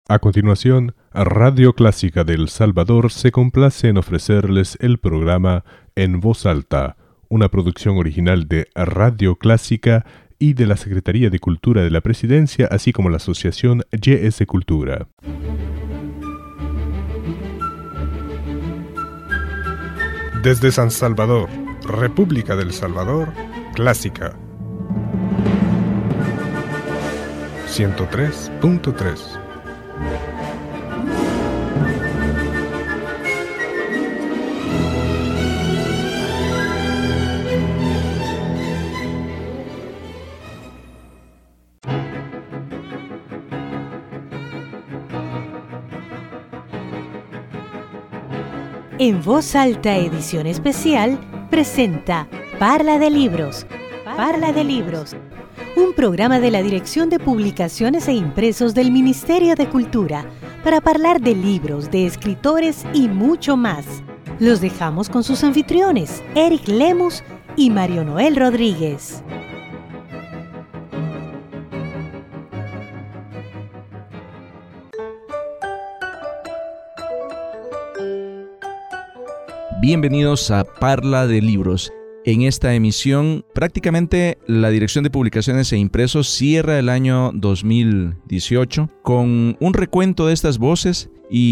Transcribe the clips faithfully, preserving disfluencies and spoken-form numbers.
A continuación, Radio Clásica de El Salvador se complace en ofrecerles el programa En Voz Alta, una producción original de Radio Clásica y de la Secretaría de Cultura de la Presidencia, así como la Asociación Y S Cultura. Desde San Salvador, República del Salvador, Clásica ciento tres punto tres. En Voz Alta Edición Especial presenta Parla de Libros, Parla de Libros, un programa de la Dirección de Publicaciones e Impresos del Ministerio de Cultura para hablar de libros, de escritores y mucho más. Los dejamos con sus anfitriones, Eric Lemus y Mario Noel Rodríguez. Bienvenidos a Parla de Libros. En esta emisión, prácticamente la Dirección de Publicaciones e Impresos cierra el año dos mil dieciocho con un recuento de estas voces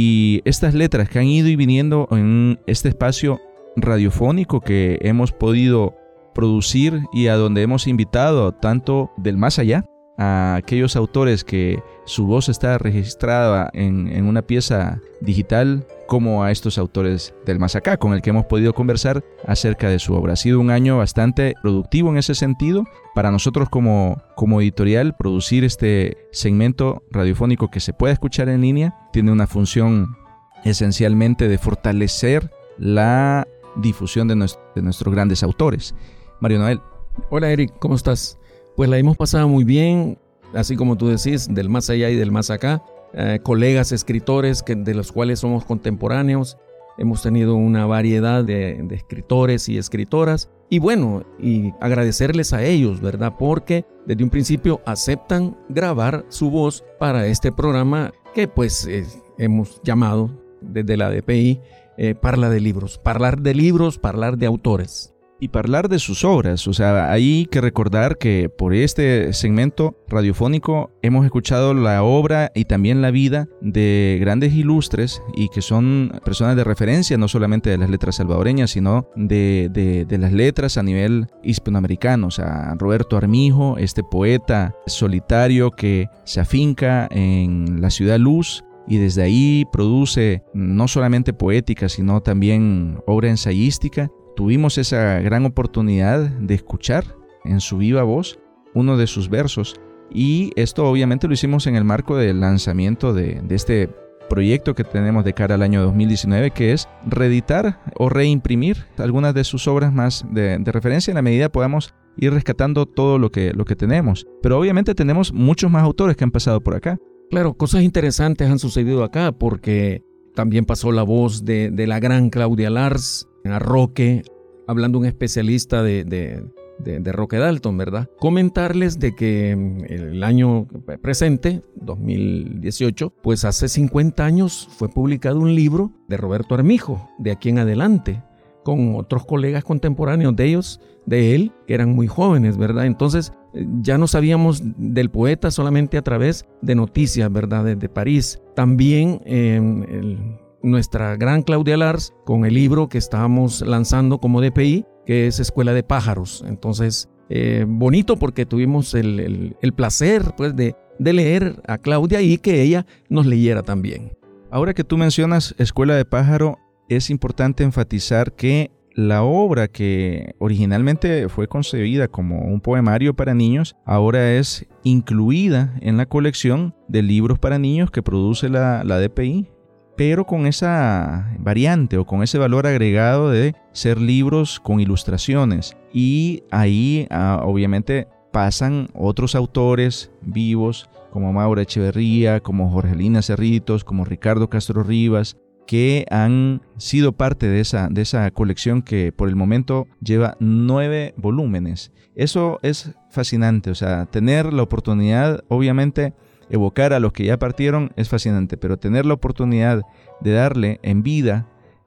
y estas letras que han ido y viniendo en este espacio radiofónico que hemos podido producir y a donde hemos invitado tanto del más allá a aquellos autores que su voz está registrada en, en una pieza digital, como a estos autores del más acá, con el que hemos podido conversar acerca de su obra. Ha sido un año bastante productivo en ese sentido. Para nosotros como, como editorial, producir este segmento radiofónico que se puede escuchar en línea tiene una función esencialmente de fortalecer la difusión de, nuestro, de nuestros grandes autores. Mario Noel. Hola Eric, ¿cómo estás? Pues la hemos pasado muy bien, así como tú decís, del más allá y del más acá. Eh, colegas escritores que, de los cuales somos contemporáneos. Hemos tenido una variedad de, de escritores y escritoras. Y bueno, y agradecerles a ellos, ¿verdad? Porque desde un principio aceptan grabar su voz para este programa que pues eh, hemos llamado desde la D P I eh, Parla de Libros. Parlar de libros, parlar de autores. Y hablar de sus obras. O sea, hay que recordar que por este segmento radiofónico hemos escuchado la obra y también la vida de grandes ilustres y que son personas de referencia, no solamente de las letras salvadoreñas, sino de, de, de las letras a nivel hispanoamericano. O sea, Roberto Armijo, este poeta solitario que se afinca en la ciudad Luz y desde ahí produce no solamente poética, sino también obra ensayística. Tuvimos esa gran oportunidad de escuchar en su viva voz uno de sus versos y esto obviamente lo hicimos en el marco del lanzamiento de, de este proyecto que tenemos de cara al año dos mil diecinueve, que es reeditar o reimprimir algunas de sus obras más de, de referencia en la medida que podamos ir rescatando todo lo que, lo que tenemos. Pero obviamente tenemos muchos más autores que han pasado por acá. Claro, cosas interesantes han sucedido acá porque también pasó la voz de, de la gran Claudia Lars, a Roque, hablando un especialista de, de, de, de Roque Dalton, ¿verdad? Comentarles de que el año presente, dos mil dieciocho, pues hace cincuenta años fue publicado un libro de Roberto Armijo, de aquí en adelante, con otros colegas contemporáneos de ellos, de él, que eran muy jóvenes, ¿verdad? Entonces ya no sabíamos del poeta solamente a través de noticias, ¿verdad? Desde París. También eh, el nuestra gran Claudia Lars con el libro que estábamos lanzando como D P I, que es Escuela de Pájaros. Entonces, eh, bonito porque tuvimos el, el, el placer pues, de, de leer a Claudia y que ella nos leyera también. Ahora que tú mencionas Escuela de Pájaro, es importante enfatizar que la obra que originalmente fue concebida como un poemario para niños, ahora es incluida en la colección de libros para niños que produce la, la D P I, pero con esa variante o con ese valor agregado de ser libros con ilustraciones. Y ahí ah, obviamente pasan otros autores vivos como Maura Echeverría, como Jorgelina Cerritos, como Ricardo Castro Rivas, que han sido parte de esa, de esa colección que por el momento lleva nueve volúmenes. Eso es fascinante, o sea, tener la oportunidad, obviamente, evocar a los que ya partieron es fascinante, pero tener la oportunidad de darle en vida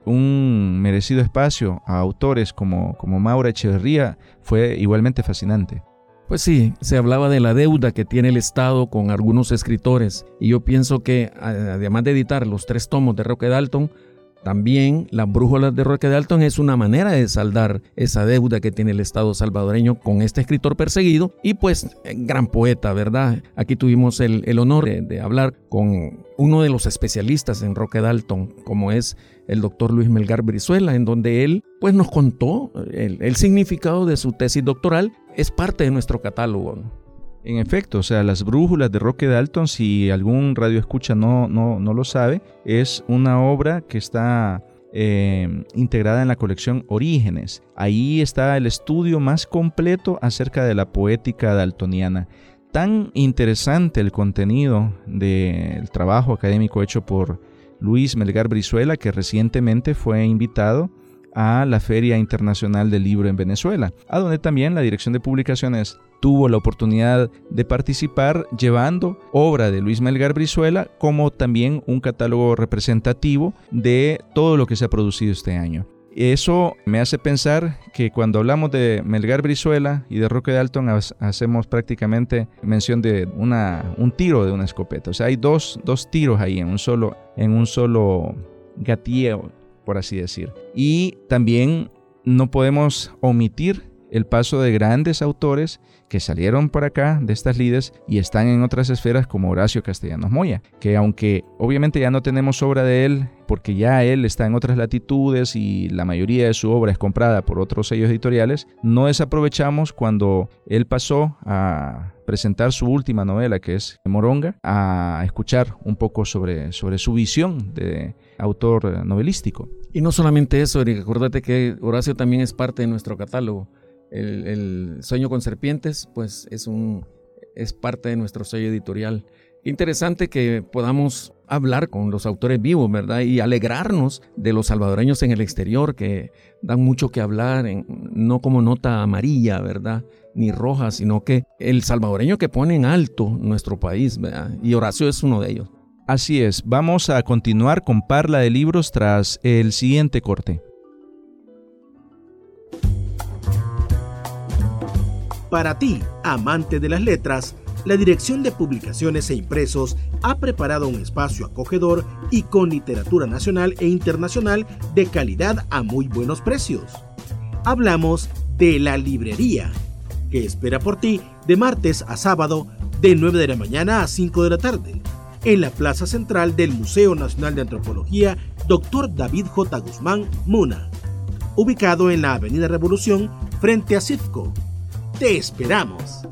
un merecido espacio a autores como, como Maura Echeverría fue igualmente fascinante. Pues sí, se hablaba de la deuda que tiene el Estado con algunos escritores, y yo pienso que además de editar los tres tomos de Roque Dalton, también Las Brújulas de Roque Dalton es una manera de saldar esa deuda que tiene el Estado salvadoreño con este escritor perseguido y pues gran poeta, ¿verdad? Aquí tuvimos el, el honor de, de hablar con uno de los especialistas en Roque Dalton, como es el doctor Luis Melgar Brizuela, en donde él pues nos contó el, el significado de su tesis doctoral. Es parte de nuestro catálogo, ¿no? En efecto, o sea, Las Brújulas de Roque Dalton, si algún radioescucha no, no, no lo sabe, es una obra que está eh, integrada en la colección Orígenes. Ahí está el estudio más completo acerca de la poética daltoniana. Tan interesante el contenido del trabajo académico hecho por Luis Melgar Brizuela, que recientemente fue invitado a la Feria Internacional del Libro en Venezuela, a donde también la Dirección de Publicaciones tuvo la oportunidad de participar llevando obra de Luis Melgar Brizuela, como también un catálogo representativo de todo lo que se ha producido este año. Eso me hace pensar que cuando hablamos de Melgar Brizuela y de Roque Dalton hacemos prácticamente mención de una, un tiro de una escopeta. O sea, hay dos, dos tiros ahí en un solo, en un solo gatilleo, por así decir. Y también no podemos omitir el paso de grandes autores que salieron por acá de estas lides y están en otras esferas, como Horacio Castellanos Moya, que aunque obviamente ya no tenemos obra de él porque ya él está en otras latitudes y la mayoría de su obra es comprada por otros sellos editoriales, no desaprovechamos cuando él pasó a presentar su última novela, que es Moronga, a escuchar un poco sobre, sobre su visión de autor novelístico. Y no solamente eso, Eric, acuérdate que Horacio también es parte de nuestro catálogo. El, el Sueño con Serpientes, pues es, un, es parte de nuestro sello editorial. Interesante que podamos hablar con los autores vivos, ¿verdad? Y alegrarnos de los salvadoreños en el exterior, que dan mucho que hablar, en, no como nota amarilla, ¿verdad? Ni roja, sino que el salvadoreño que pone en alto nuestro país, ¿verdad? Y Horacio es uno de ellos. Así es, vamos a continuar con Parla de Libros tras el siguiente corte. Para ti, amante de las letras, la Dirección de Publicaciones e Impresos ha preparado un espacio acogedor y con literatura nacional e internacional de calidad a muy buenos precios. Hablamos de La Librería, que espera por ti de martes a sábado de nueve de la mañana a cinco de la tarde, en la plaza central del Museo Nacional de Antropología doctor David J. Guzmán Muna, ubicado en la Avenida Revolución frente a CIFCO. ¡Te esperamos!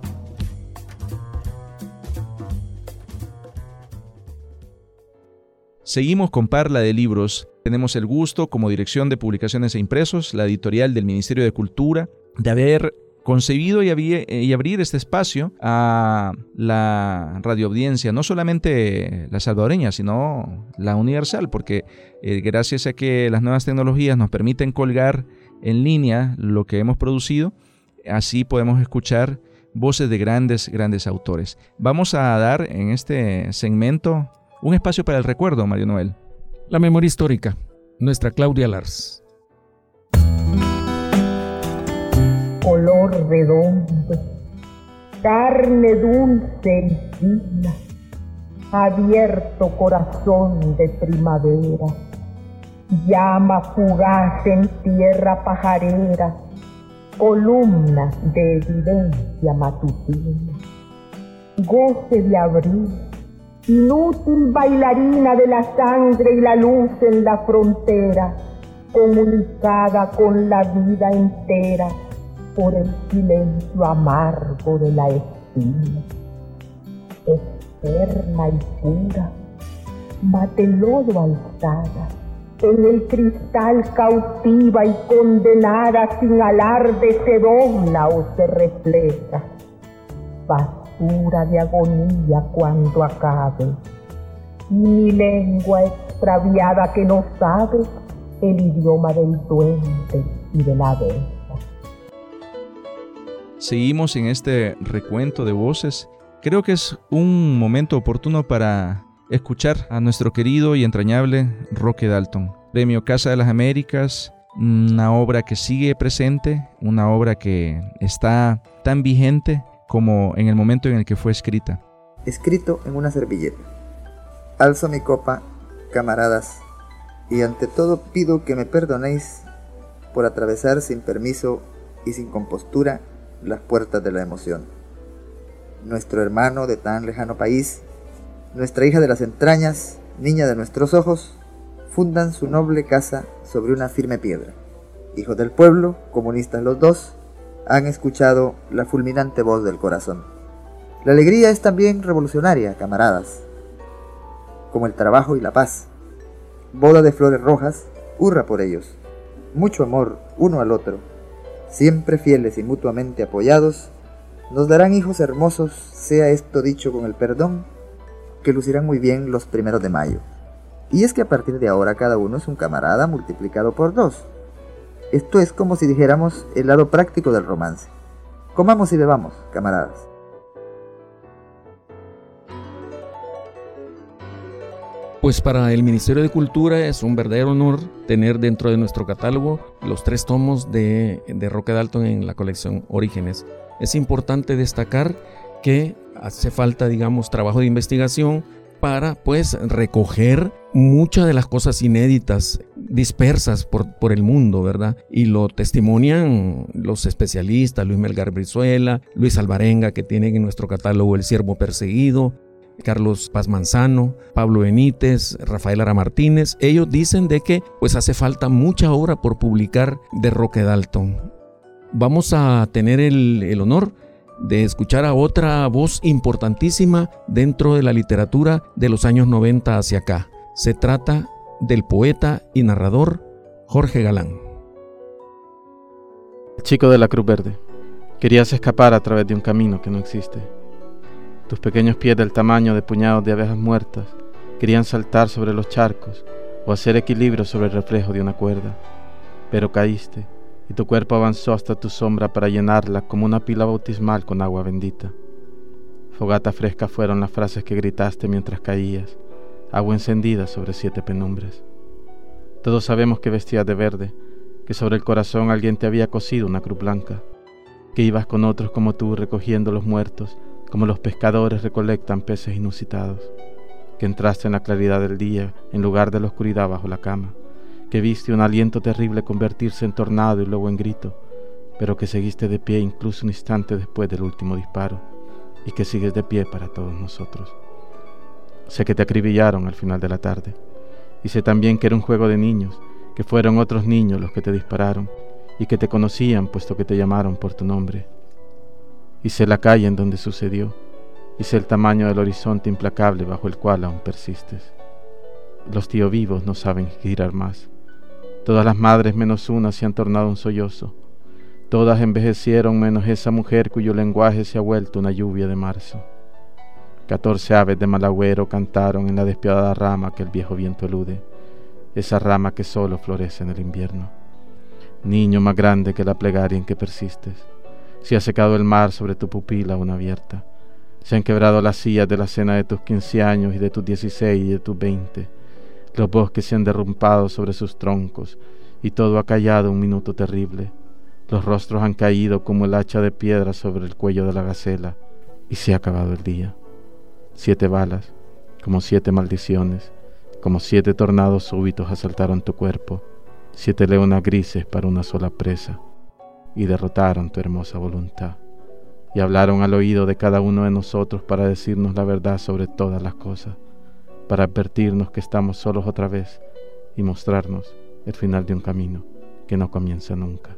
Seguimos con Parla de Libros. Tenemos el gusto, como Dirección de Publicaciones e Impresos, la editorial del Ministerio de Cultura, de haber concebido y, abrir, y abrir este espacio a la radioaudiencia, no solamente la salvadoreña, sino la universal, porque eh, gracias a que las nuevas tecnologías nos permiten colgar en línea lo que hemos producido, así podemos escuchar voces de grandes, grandes autores. Vamos a dar en este segmento un espacio para el recuerdo, Mario Noel. La memoria histórica, nuestra Claudia Lars. Color redondo, carne dulce y fina, abierto corazón de primavera, llama fugaz en tierra pajarera, columna de evidencia matutina, goce de abril, inútil bailarina de la sangre y la luz en la frontera, comunicada con la vida entera por el silencio amargo de la espina. Externa y pura, bate lodo alzada, en el cristal cautiva y condenada, sin alarde se dobla o se refleja, basura de agonía cuando acabe, y mi lengua extraviada que no sabe el idioma del duende y de la abeja. Seguimos en este recuento de voces creo que es un momento oportuno para escuchar a nuestro querido y entrañable Roque Dalton. Premio Casa de las Américas, una obra que sigue presente, una obra que está tan vigente como en el momento en el que fue escrita. Escrito en una servilleta. Alzo mi copa, camaradas, y ante todo pido que me perdonéis por atravesar sin permiso y sin compostura las puertas de la emoción. Nuestro hermano de tan lejano país, nuestra hija de las entrañas, niña de nuestros ojos, fundan su noble casa sobre una firme piedra. Hijos del pueblo, comunistas los dos, han escuchado la fulminante voz del corazón. La alegría es también revolucionaria, camaradas, como el trabajo y la paz. Boda de flores rojas, hurra por ellos. Mucho amor uno al otro, siempre fieles y mutuamente apoyados, nos darán hijos hermosos, sea esto dicho con el perdón, que lucirán muy bien los primeros de mayo. Y es que a partir de ahora cada uno es un camarada multiplicado por dos. Esto es como si dijéramos el lado práctico del romance. Comamos y bebamos, camaradas. Pues para el Ministerio de Cultura es un verdadero honor tener dentro de nuestro catálogo los tres tomos de, de Roque Dalton en la colección Orígenes. Es importante destacar que hace falta, digamos, trabajo de investigación para, pues, recoger muchas de las cosas inéditas, dispersas por, por el mundo, ¿verdad? Y lo testimonian los especialistas, Luis Melgar Brizuela, Luis Alvarenga, que tienen en nuestro catálogo El Ciervo Perseguido, Carlos Paz Manzano, Pablo Benítez, Rafael Ara Martínez. Ellos dicen de que pues hace falta mucha obra por publicar de Roque Dalton. Vamos a tener el, el honor de escuchar a otra voz importantísima dentro de la literatura de los años noventa hacia acá. Se trata del poeta y narrador Jorge Galán. Chico de la Cruz Verde, querías escapar a través de un camino que no existe. Tus pequeños pies del tamaño de puñados de abejas muertas querían saltar sobre los charcos o hacer equilibrio sobre el reflejo de una cuerda. Pero caíste y tu cuerpo avanzó hasta tu sombra para llenarla como una pila bautismal con agua bendita. Fogata fresca fueron las frases que gritaste mientras caías, agua encendida sobre siete penumbres. Todos sabemos que vestías de verde, que sobre el corazón alguien te había cosido una cruz blanca, que ibas con otros como tú recogiendo los muertos, como los pescadores recolectan peces inusitados, que entraste en la claridad del día en lugar de la oscuridad bajo la cama, que viste un aliento terrible convertirse en tornado y luego en grito, pero que seguiste de pie incluso un instante después del último disparo, y que sigues de pie para todos nosotros. Sé que te acribillaron al final de la tarde, y sé también que era un juego de niños, que fueron otros niños los que te dispararon, y que te conocían puesto que te llamaron por tu nombre. Y sé la calle en donde sucedió, y sé el tamaño del horizonte implacable bajo el cual aún persistes. Los tíos vivos no saben girar más. Todas las madres menos una se han tornado un sollozo. Todas envejecieron menos esa mujer cuyo lenguaje se ha vuelto una lluvia de marzo. Catorce aves de mal agüero cantaron en la despiadada rama que el viejo viento elude, esa rama que solo florece en el invierno. Niño más grande que la plegaria en que persistes, se ha secado el mar sobre tu pupila aún abierta. Se han quebrado las sillas de la cena de tus quince años y de tus dieciséis y de tus veinte. Los bosques se han derrumbado sobre sus troncos y todo ha callado un minuto terrible. Los rostros han caído como el hacha de piedra sobre el cuello de la gacela y se ha acabado el día. Siete balas, como siete maldiciones, como siete tornados súbitos asaltaron tu cuerpo, siete leonas grises para una sola presa, y derrotaron tu hermosa voluntad, y hablaron al oído de cada uno de nosotros para decirnos la verdad sobre todas las cosas, para advertirnos que estamos solos otra vez y mostrarnos el final de un camino que no comienza nunca.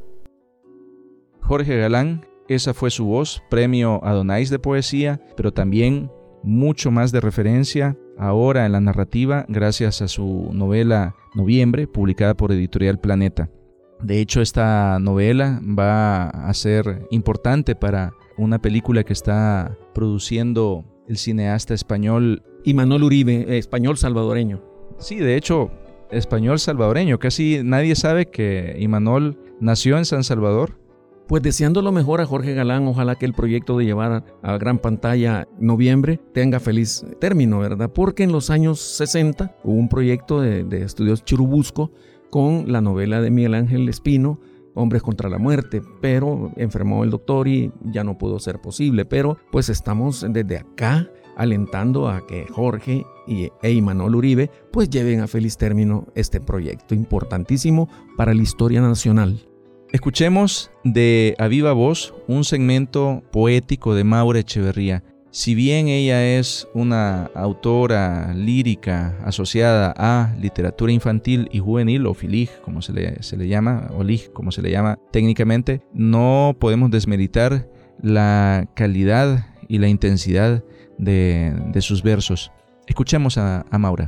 Jorge Galán, esa fue su voz, premio Adonais de poesía, pero también mucho más de referencia ahora en la narrativa gracias a su novela Noviembre, publicada por Editorial Planeta. De hecho, esta novela va a ser importante para una película que está produciendo el cineasta español Imanol Uribe, español salvadoreño. Sí, de hecho, español salvadoreño. Casi nadie sabe que Imanol nació en San Salvador, Pues deseando lo mejor a Jorge Galán, ojalá que el proyecto de llevar a gran pantalla noviembre tenga feliz término, ¿verdad? Porque en los años sesenta hubo un proyecto de, de estudios Churubusco con la novela de Miguel Ángel Espino, Hombres contra la Muerte, pero enfermó el doctor y ya no pudo ser posible. Pero pues estamos desde acá alentando a que Jorge y e Imanol Uribe pues lleven a feliz término este proyecto importantísimo para la historia nacional. Escuchemos de a viva voz un segmento poético de Maura Echeverría. Si bien ella es una autora lírica asociada a literatura infantil y juvenil, o FILIG, como se le, se le llama, o LIG, como se le llama técnicamente, no podemos desmeritar la calidad y la intensidad de, de sus versos. Escuchemos a, a Maura.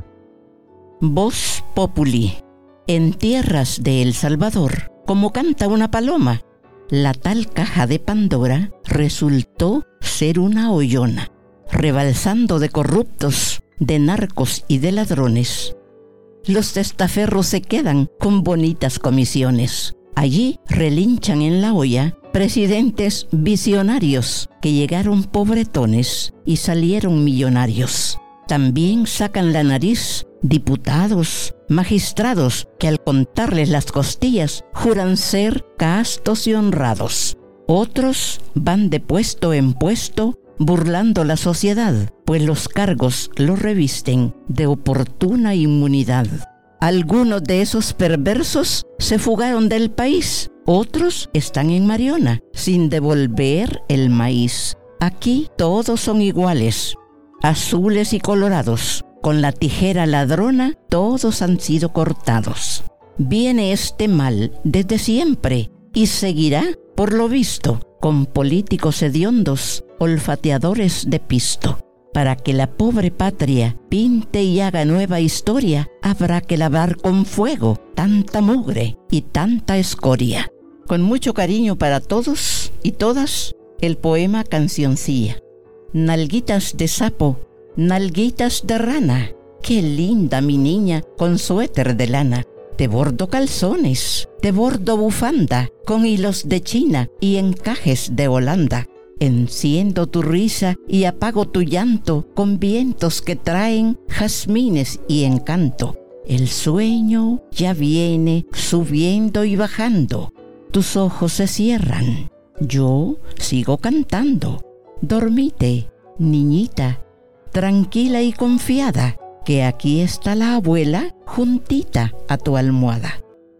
Voz Populi. En tierras de El Salvador, como canta una paloma, la tal caja de Pandora resultó ser una hoyona, rebalsando de corruptos, de narcos y de ladrones. Los testaferros se quedan con bonitas comisiones. Allí relinchan en la olla presidentes visionarios que llegaron pobretones y salieron millonarios. También sacan la nariz diputados, magistrados que al contarles las costillas juran ser castos y honrados. Otros van de puesto en puesto burlando la sociedad, pues los cargos los revisten de oportuna inmunidad. Algunos de esos perversos se fugaron del país, otros están en Mariona sin devolver el maíz. Aquí todos son iguales, azules y colorados. Con la tijera ladrona todos han sido cortados. Viene este mal desde siempre y seguirá, por lo visto, con políticos hediondos, olfateadores de pisto. Para que la pobre patria pinte y haga nueva historia, habrá que lavar con fuego tanta mugre y tanta escoria. Con mucho cariño para todos y todas, el poema Cancioncilla. Nalguitas de sapo, nalguitas de rana, qué linda mi niña con suéter de lana. Te bordo calzones, te bordo bufanda, con hilos de China y encajes de Holanda. Enciendo tu risa y apago tu llanto con vientos que traen jazmines y encanto. El sueño ya viene subiendo y bajando. Tus ojos se cierran, yo sigo cantando. Dormite, niñita, tranquila y confiada, que aquí está la abuela juntita a tu almohada.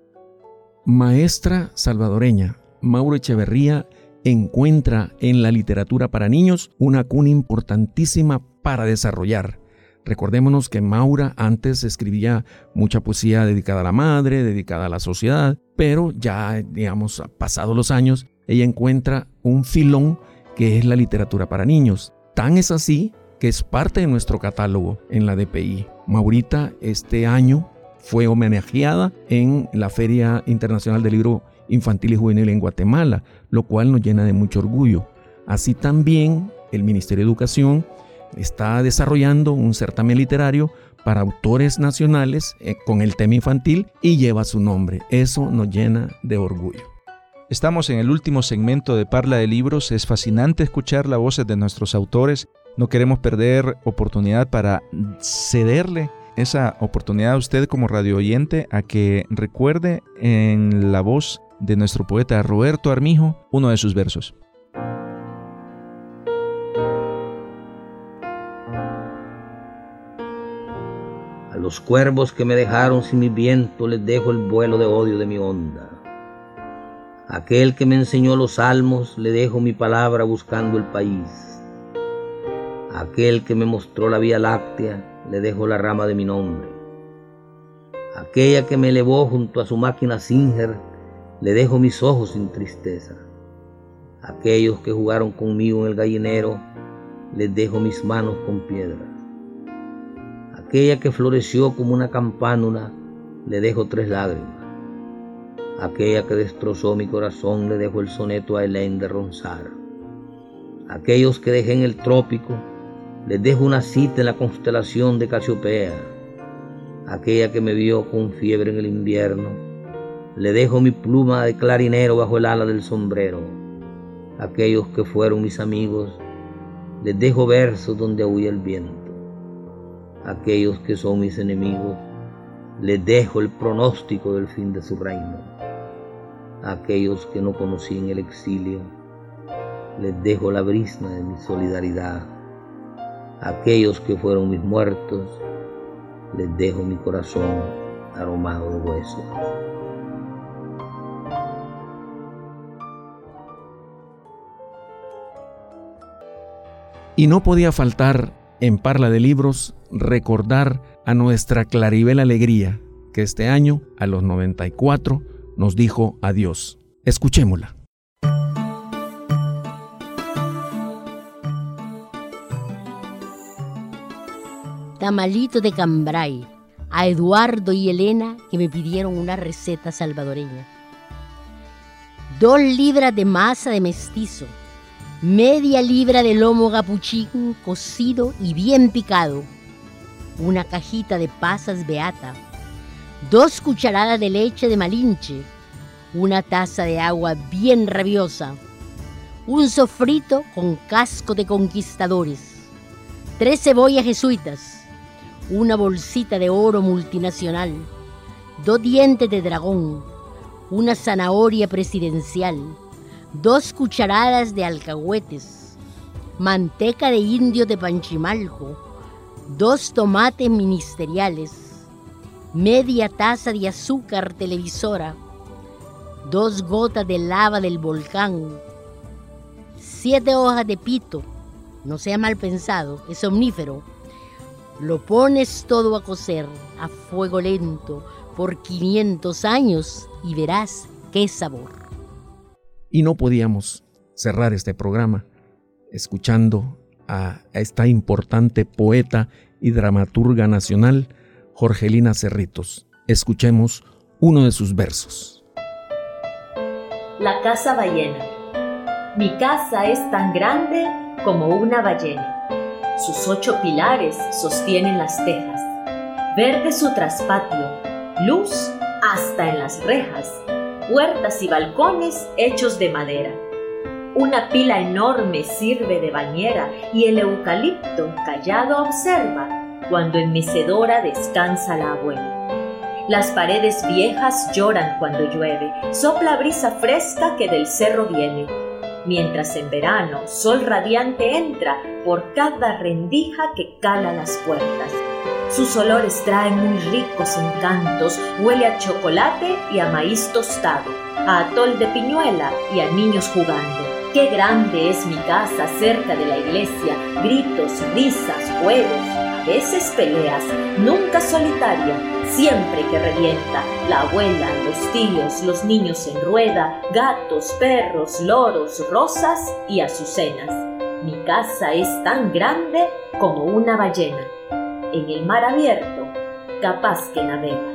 Maestra salvadoreña Maura Echeverría encuentra en la literatura para niños una cuna importantísima para desarrollar. Recordémonos que Maura antes escribía mucha poesía dedicada a la madre, dedicada a la sociedad, pero ya, digamos, pasados los años, ella encuentra un filón que es la literatura para niños. Tan es así que es parte de nuestro catálogo en la D P I. Maurita este año fue homenajeada en la Feria Internacional del Libro Infantil y Juvenil en Guatemala, lo cual nos llena de mucho orgullo. Así también el Ministerio de Educación está desarrollando un certamen literario para autores nacionales eh, con el tema infantil y lleva su nombre. Eso nos llena de orgullo. Estamos en el último segmento de Parla de Libros. Es fascinante escuchar las voces de nuestros autores. No queremos perder oportunidad para cederle esa oportunidad a usted como radio oyente a que recuerde en la voz de nuestro poeta Roberto Armijo uno de sus versos. A los cuervos que me dejaron sin mi viento les dejo el vuelo de odio de mi onda. A aquel que me enseñó los salmos le dejo mi palabra buscando el país. A aquel que me mostró la vía láctea le dejo la rama de mi nombre. A aquella que me elevó junto a su máquina Singer le dejo mis ojos sin tristeza. A aquellos que jugaron conmigo en el gallinero les dejo mis manos con piedras. A aquella que floreció como una campánula le dejo tres lágrimas. A aquella que destrozó mi corazón le dejo el soneto a Hélène de Ronsard. A aquellos que dejé en el trópico les dejo una cita en la constelación de Casiopea. A aquella que me vio con fiebre en el invierno le dejo mi pluma de clarinero bajo el ala del sombrero. Aquellos que fueron mis amigos, les dejo versos donde aúlla el viento. Aquellos que son mis enemigos, les dejo el pronóstico del fin de su reino. Aquellos que no conocí en el exilio, les dejo la brisna de mi solidaridad. Aquellos que fueron mis muertos, les dejo mi corazón aromado de huesos. Y no podía faltar en Parla de Libros recordar a nuestra Claribel Alegría, que este año, a los noventa y cuatro, nos dijo adiós. Escuchémosla. Tamalito de cambray, a Eduardo y Elena que me pidieron una receta salvadoreña. Dos libras de masa de mestizo, media libra de lomo gapuchín cocido y bien picado, una cajita de pasas beata, dos cucharadas de leche de Malinche, una taza de agua bien rabiosa, un sofrito con casco de conquistadores, tres cebollas jesuitas, una bolsita de oro multinacional, dos dientes de dragón, una zanahoria presidencial, dos cucharadas de alcahuetes, manteca de indio de Panchimalco, dos tomates ministeriales, media taza de azúcar televisora, dos gotas de lava del volcán, siete hojas de pito, no sea mal pensado, es omnífero. Lo pones todo a cocer a fuego lento por quinientos años y verás qué sabor. Y no podíamos cerrar este programa escuchando a esta importante poeta y dramaturga nacional, Jorgelina Cerritos. Escuchemos uno de sus versos. La casa ballena. Mi casa es tan grande como una ballena. Sus ocho pilares sostienen las tejas. Verde su traspatio, luz hasta en las rejas, puertas y balcones hechos de madera. Una pila enorme sirve de bañera y el eucalipto callado observa cuando en mecedora descansa la abuela. Las paredes viejas lloran cuando llueve, sopla brisa fresca que del cerro viene. Mientras en verano sol radiante entra por cada rendija que cala las puertas. Sus olores traen muy ricos encantos, huele a chocolate y a maíz tostado, a atol de piñuela y a niños jugando. Qué grande es mi casa cerca de la iglesia, gritos, risas, juegos, a veces peleas, nunca solitaria, siempre que revienta, la abuela, los tíos, los niños en rueda, gatos, perros, loros, rosas y azucenas. Mi casa es tan grande como una ballena, en el mar abierto, capaz que navega.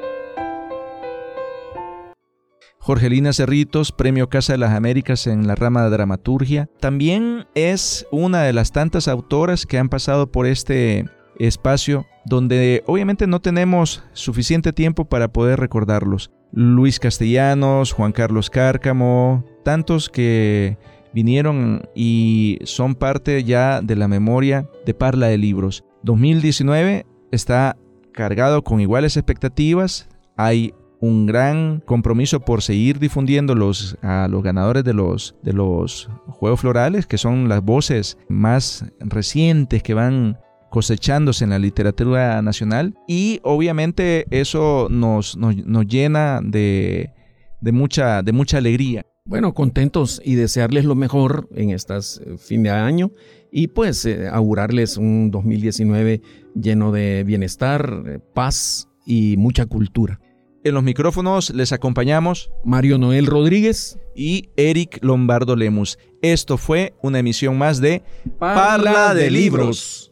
Jorgelina Cerritos, Premio Casa de las Américas en la rama de dramaturgia. También es una de las tantas autoras que han pasado por este espacio donde obviamente no tenemos suficiente tiempo para poder recordarlos. Luis Castellanos, Juan Carlos Cárcamo, tantos que vinieron y son parte ya de la memoria de Parla de Libros. dos mil diecinueve está cargado con iguales expectativas. Hay un gran compromiso por seguir difundiendo los, a los ganadores de los, de los Juegos Florales, que son las voces más recientes que van cosechándose en la literatura nacional, y obviamente eso nos, nos, nos llena de, de, mucha, de mucha alegría. Bueno, contentos y desearles lo mejor en estas fin de año y pues eh, augurarles un dos mil diecinueve lleno de bienestar, eh, paz y mucha cultura. En los micrófonos les acompañamos Mario Noel Rodríguez y Eric Lombardo Lemus. Esto fue una emisión más de Parla, Parla de Libros.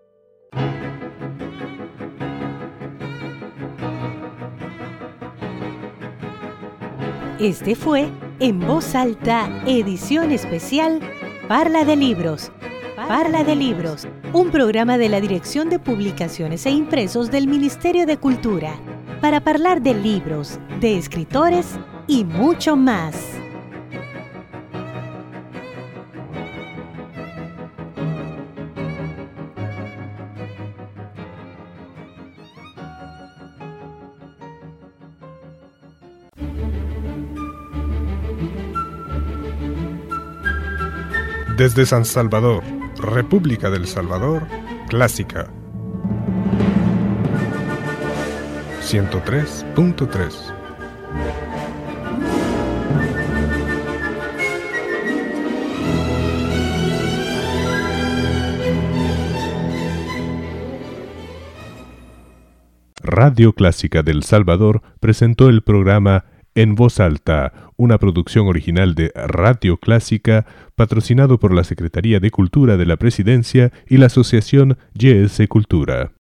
Este fue En Voz Alta, edición especial Parla de Libros. Parla de Libros, un programa de la Dirección de Publicaciones e Impresos del Ministerio de Cultura, para hablar de libros, de escritores y mucho más. Desde San Salvador, República del Salvador, Clásica ciento tres punto tres. Radio Clásica del Salvador presentó el programa En Voz Alta, una producción original de Radio Clásica, patrocinado por la Secretaría de Cultura de la Presidencia y la Asociación Y S Cultura.